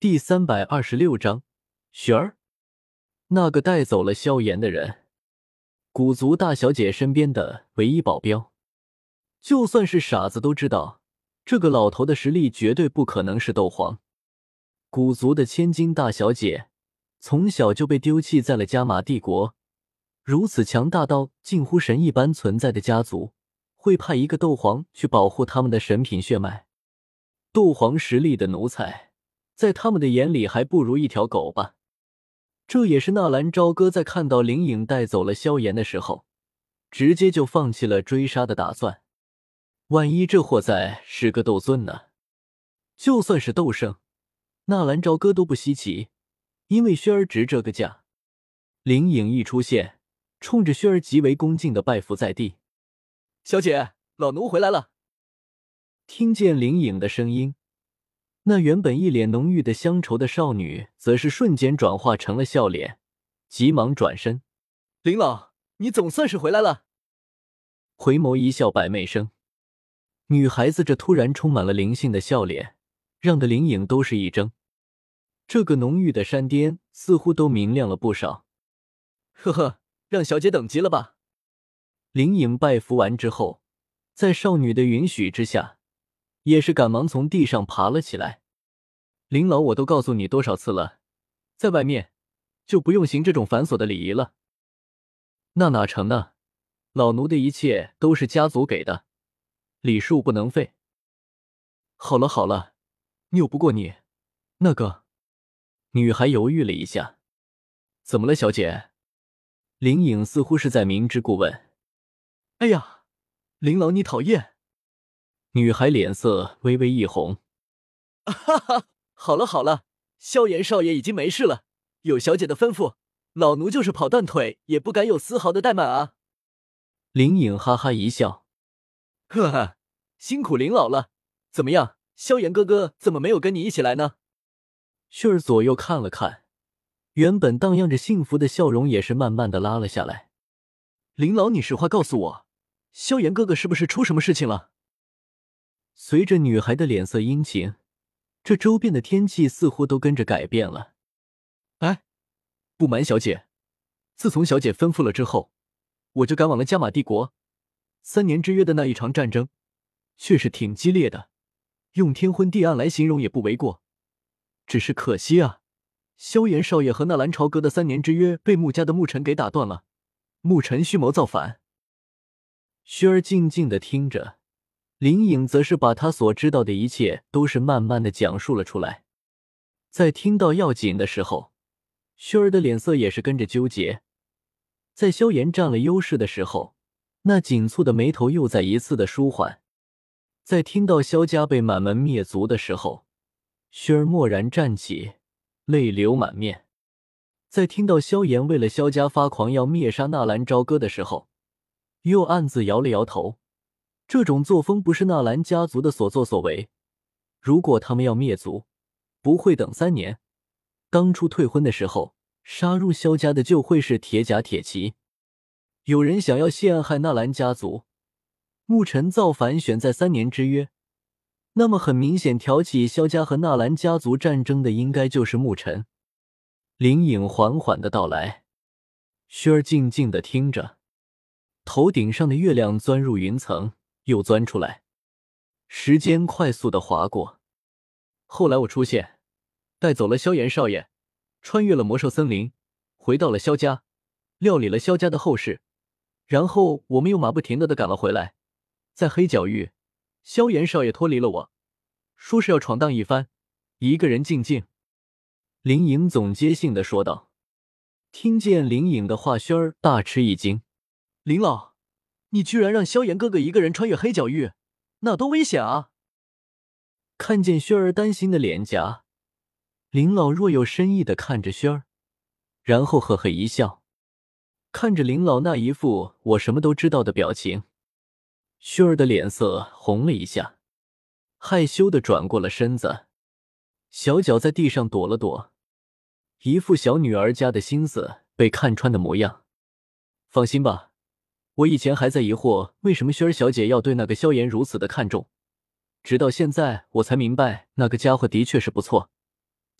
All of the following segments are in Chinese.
第326章，雪儿，那个带走了萧炎的人，古族大小姐身边的唯一保镖。就算是傻子都知道，这个老头的实力绝对不可能是斗皇。古族的千金大小姐，从小就被丢弃在了加玛帝国，如此强大到近乎神一般存在的家族，会派一个斗皇去保护他们的神品血脉。斗皇实力的奴才，在他们的眼里还不如一条狗吧。这也是纳兰朝歌在看到灵影带走了萧炎的时候，直接就放弃了追杀的打算。万一这货仔是个斗尊呢？就算是斗圣，纳兰朝歌都不稀奇，因为薛儿值这个价。灵影一出现，冲着薛儿极为恭敬地拜伏在地。 小姐，老奴回来了。 听见灵影的声音，那原本一脸浓郁的乡愁的少女则是瞬间转化成了笑脸，急忙转身。 灵老，你总算是回来了。 回眸一笑百媚生。女孩子这突然充满了灵性的笑脸，让的灵影都是一怔。这个浓郁的山巅似乎都明亮了不少。 呵呵，让小姐等急了吧。 灵影拜服完之后，在少女的允许之下，也是赶忙从地上爬了起来。灵老，我都告诉你多少次了，在外面就不用行这种繁琐的礼仪了。那哪成呢？老奴的一切都是家族给的，礼数不能废。好了好了，拗不过你。那个女孩犹豫了一下。怎么了，小姐？灵影似乎是在明知故问。 哎呀，灵老你讨厌。 女孩脸色微微一红。 哈哈，好了好了，萧炎少爷已经没事了，有小姐的吩咐，老奴就是跑断腿也不敢有丝毫的怠慢啊。 灵影哈哈一笑。 呵呵，辛苦灵老了。怎么样，萧炎哥哥怎么没有跟你一起来呢？ 旭儿左右看了看，原本荡漾着幸福的笑容也是慢慢的拉了下来。 灵老，你实话告诉我，萧炎哥哥是不是出什么事情了？ 随着女孩的脸色阴晴，这周边的天气似乎都跟着改变了。 哎，不瞒小姐，自从小姐吩咐了之后，我就赶往了加玛帝国。3年之约的那一场战争，确实挺激烈的，用天昏地暗来形容也不为过。只是可惜啊，萧炎少爷和纳兰朝歌的3年之约被穆家的穆尘给打断了，穆尘蓄谋造反。 薛儿静静地听着，灵影则是把他所知道的一切都是慢慢地讲述了出来。在听到要紧的时候，薛儿的脸色也是跟着纠结。在萧炎占了优势的时候，那紧蹙的眉头又再一次的舒缓。在听到萧家被满门灭族的时候，薛儿蓦然站起，泪流满面。在听到萧炎为了萧家发狂要灭杀纳兰朝歌的时候，又暗自摇了摇头。这种作风不是纳兰家族的所作所为，如果他们要灭族，不会等3年。当初退婚的时候，杀入萧家的就会是铁甲铁骑。有人想要陷害纳兰家族，穆尘造反选在3年之约，那么很明显挑起萧家和纳兰家族战争的应该就是穆尘。灵影缓缓的到来，薛儿静静的听着，头顶上的月亮钻入云层，又钻出来，时间快速的划过。后来我出现，带走了萧炎少爷，穿越了魔兽森林，回到了萧家，料理了萧家的后事，然后我们又马不停蹄的赶了回来。在黑角域，萧炎少爷脱离了我，说是要闯荡一番，一个人静静。灵影总结性的说道。听见灵影的话，轩儿大吃一惊。 林老，你居然让萧炎哥哥一个人穿越黑角域，那多危险啊！ 看见轩儿担心的脸颊，林老若有深意的看着轩儿，然后呵呵一笑。看着林老那一副我什么都知道的表情，轩儿的脸色红了一下，害羞的转过了身子，小脚在地上躲了躲，一副小女儿家的心思被看穿的模样。放心吧，我以前还在疑惑为什么轩儿小姐要对那个萧炎如此的看重，直到现在我才明白那个家伙的确是不错，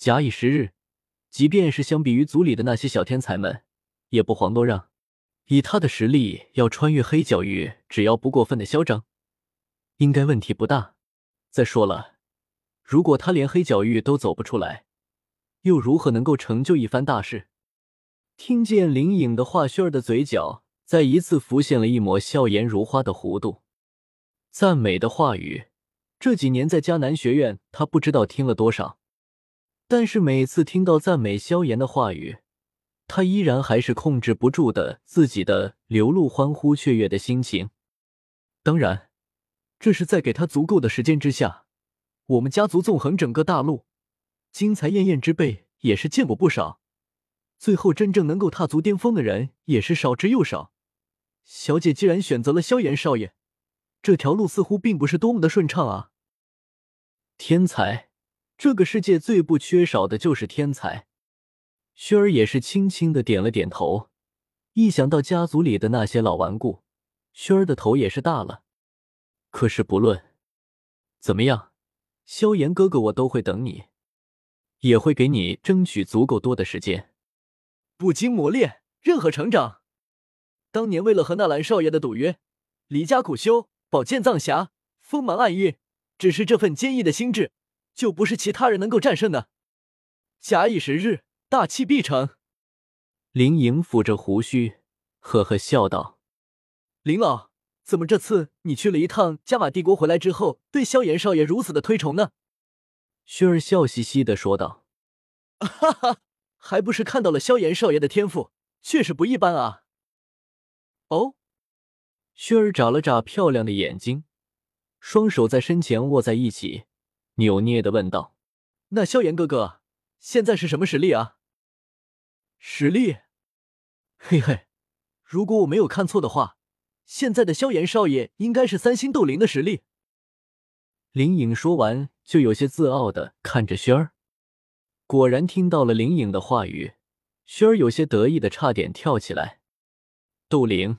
假以时日，即便是相比于族里的那些小天才们，也不遑多让。以他的实力，要穿越黑角域，只要不过分的嚣张，应该问题不大。再说了，如果他连黑角域都走不出来，又如何能够成就一番大事？听见林颖的话，轩儿的嘴角再一次浮现了一抹笑颜如花的弧度。赞美的话语，这几年在迦南学院他不知道听了多少，但是每次听到赞美萧炎的话语，他依然还是控制不住的自己的流露欢呼雀跃的心情。当然，这是在给他足够的时间之下。我们家族纵横整个大陆，精彩艳艳之辈也是见过不少，最后真正能够踏足巅峰的人也是少之又少。小姐既然选择了萧炎少爷，这条路似乎并不是多么的顺畅啊。天才，这个世界最不缺少的就是天才。薛儿也是轻轻的点了点头，一想到家族里的那些老顽固，薛儿的头也是大了。可是不论怎么样，萧炎哥哥我都会等你，也会给你争取足够多的时间。不经磨练，任何成长。当年为了和纳兰少爷的赌约，离家苦修，宝剑藏匣，锋芒暗运，只是这份坚毅的心智，就不是其他人能够战胜的。假以时日，大器必成。林颖抚着胡须，呵呵笑道：“林老，怎么这次你去了一趟加玛帝国回来之后，对萧炎少爷如此的推崇呢？”薛儿笑嘻嘻的说道：“哈哈，还不是看到了萧炎少爷的天赋，确实不一般啊。”哦，薛儿眨了眨漂亮的眼睛，双手在身前握在一起，扭捏的问道：“那萧炎哥哥现在是什么实力啊？”实力？嘿嘿，如果我没有看错的话，现在的萧炎少爷应该是3星斗灵的实力。林颖说完，就有些自傲的看着轩儿。果然听到了林颖的话语，轩儿有些得意的差点跳起来。斗灵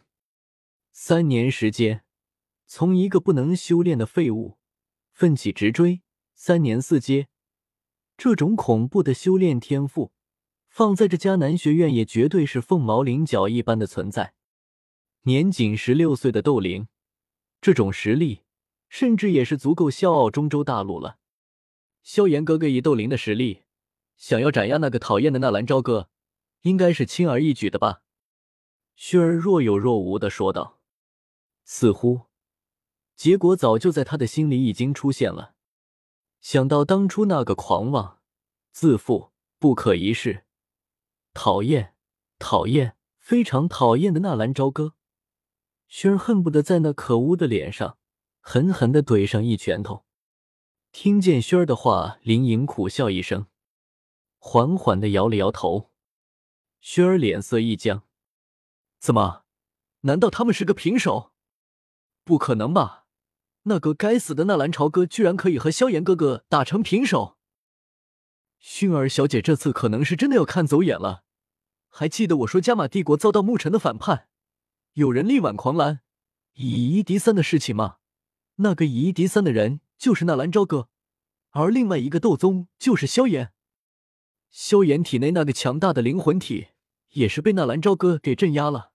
，3年时间，从一个不能修炼的废物奋起直追，3年4阶，这种恐怖的修炼天赋，放在这迦南学院也绝对是凤毛麟角一般的存在。年仅16岁的斗灵，这种实力甚至也是足够笑傲中州大陆了。萧炎哥哥以斗灵的实力，想要斩压那个讨厌的纳兰朝歌，应该是轻而易举的吧？薛儿若有若无地说道。似乎结果早就在他的心里已经出现了。想到当初那个狂妄、自负、不可一世、讨厌、非常讨厌的纳兰朝歌，薛儿恨不得在那可恶的脸上狠狠地怼上一拳头。听见薛儿的话，林颖苦笑一声，缓缓地摇了摇头。薛儿脸色一僵，怎么？难道他们是个平手？不可能吧，那个该死的纳兰朝歌居然可以和萧炎哥哥打成平手。薰儿小姐这次可能是真的要看走眼了。还记得我说加玛帝国遭到牧尘的反叛，有人力挽狂澜，以一敌3的事情吗？那个以一敌3的人就是纳兰朝歌，而另外一个斗宗就是萧炎。萧炎体内那个强大的灵魂体也是被纳兰朝歌给镇压了。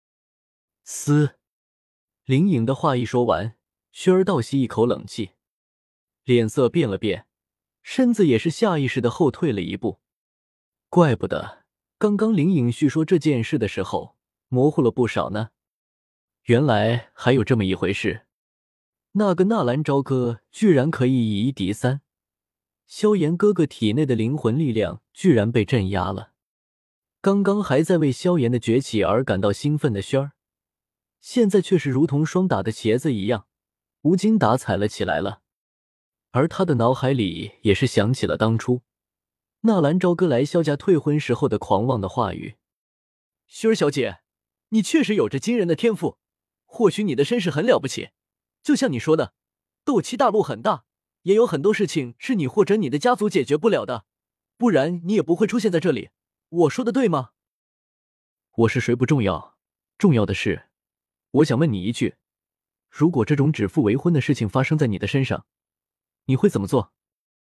林颖的话一说完，薛儿倒吸一口冷气，脸色变了变，身子也是下意识的后退了一步。怪不得刚刚林颖叙说这件事的时候模糊了不少呢，原来还有这么一回事。那个纳兰朝歌居然可以以一敌3，萧炎哥哥体内的灵魂力量居然被镇压了。刚刚还在为萧炎的崛起而感到兴奋的轩儿，现在却是如同霜打的茄子一样，无精打采了起来了。而他的脑海里也是想起了当初纳兰朝歌来萧家退婚时候的狂妄的话语。轩儿小姐，你确实有着惊人的天赋，或许你的身世很了不起，就像你说的，斗气大陆很大，也有很多事情是你或者你的家族解决不了的，不然你也不会出现在这里。我说的对吗？我是谁不重要，重要的是，我想问你一句，如果这种指腹为婚的事情发生在你的身上，你会怎么做？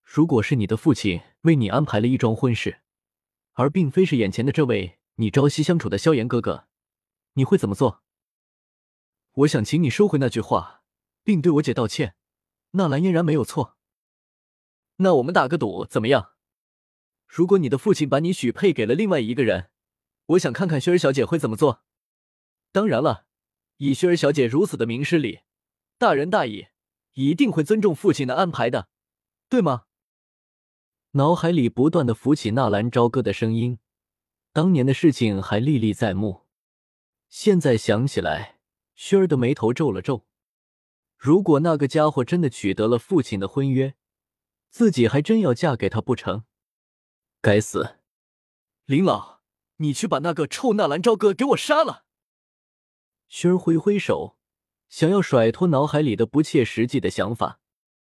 如果是你的父亲为你安排了一桩婚事，而并非是眼前的这位你朝夕相处的萧炎哥哥，你会怎么做？我想请你收回那句话，并对我姐道歉。纳兰嫣然没有错。那我们打个赌，怎么样？如果你的父亲把你许配给了另外一个人，我想看看薰儿小姐会怎么做。当然了，以薰儿小姐如此的明事理，大仁大义，一定会尊重父亲的安排的，对吗？ 脑海里不断的浮起纳兰朝歌的声音，当年的事情还历历在目。现在想起来，薰儿的眉头皱了皱。如果那个家伙真的取得了父亲的婚约，自己还真要嫁给他不成？该死！ 林老，你去把那个臭纳兰朝歌给我杀了！ 薰儿挥挥手，想要甩脱脑海里的不切实际的想法。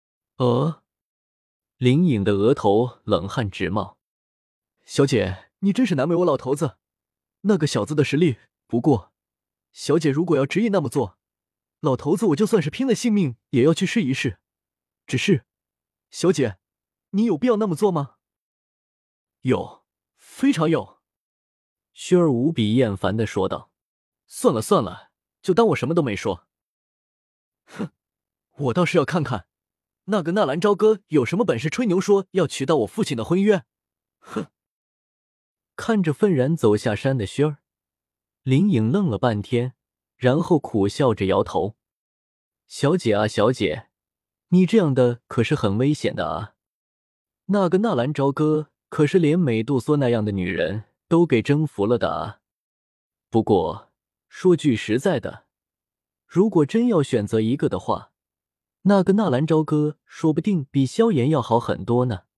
林颖的额头冷汗直冒。 小姐，你真是难为我老头子。那个小子的实力，不过，小姐如果要执意那么做，老头子我就算是拼了性命也要去试一试。只是，小姐，你有必要那么做吗？有，非常有。 薰儿无比厌烦地说道。 算了算了，就当我什么都没说。哼，我倒是要看看，那个纳兰朝歌有什么本事吹牛说要娶到我父亲的婚约。哼！ 看着愤然走下山的薰儿，林颖愣了半天，然后苦笑着摇头。小姐啊小姐，你这样的可是很危险的啊。那个纳兰朝歌可是连美杜莎那样的女人都给征服了的啊。不过说句实在的，如果真要选择一个的话，那个纳兰朝歌说不定比萧炎要好很多呢。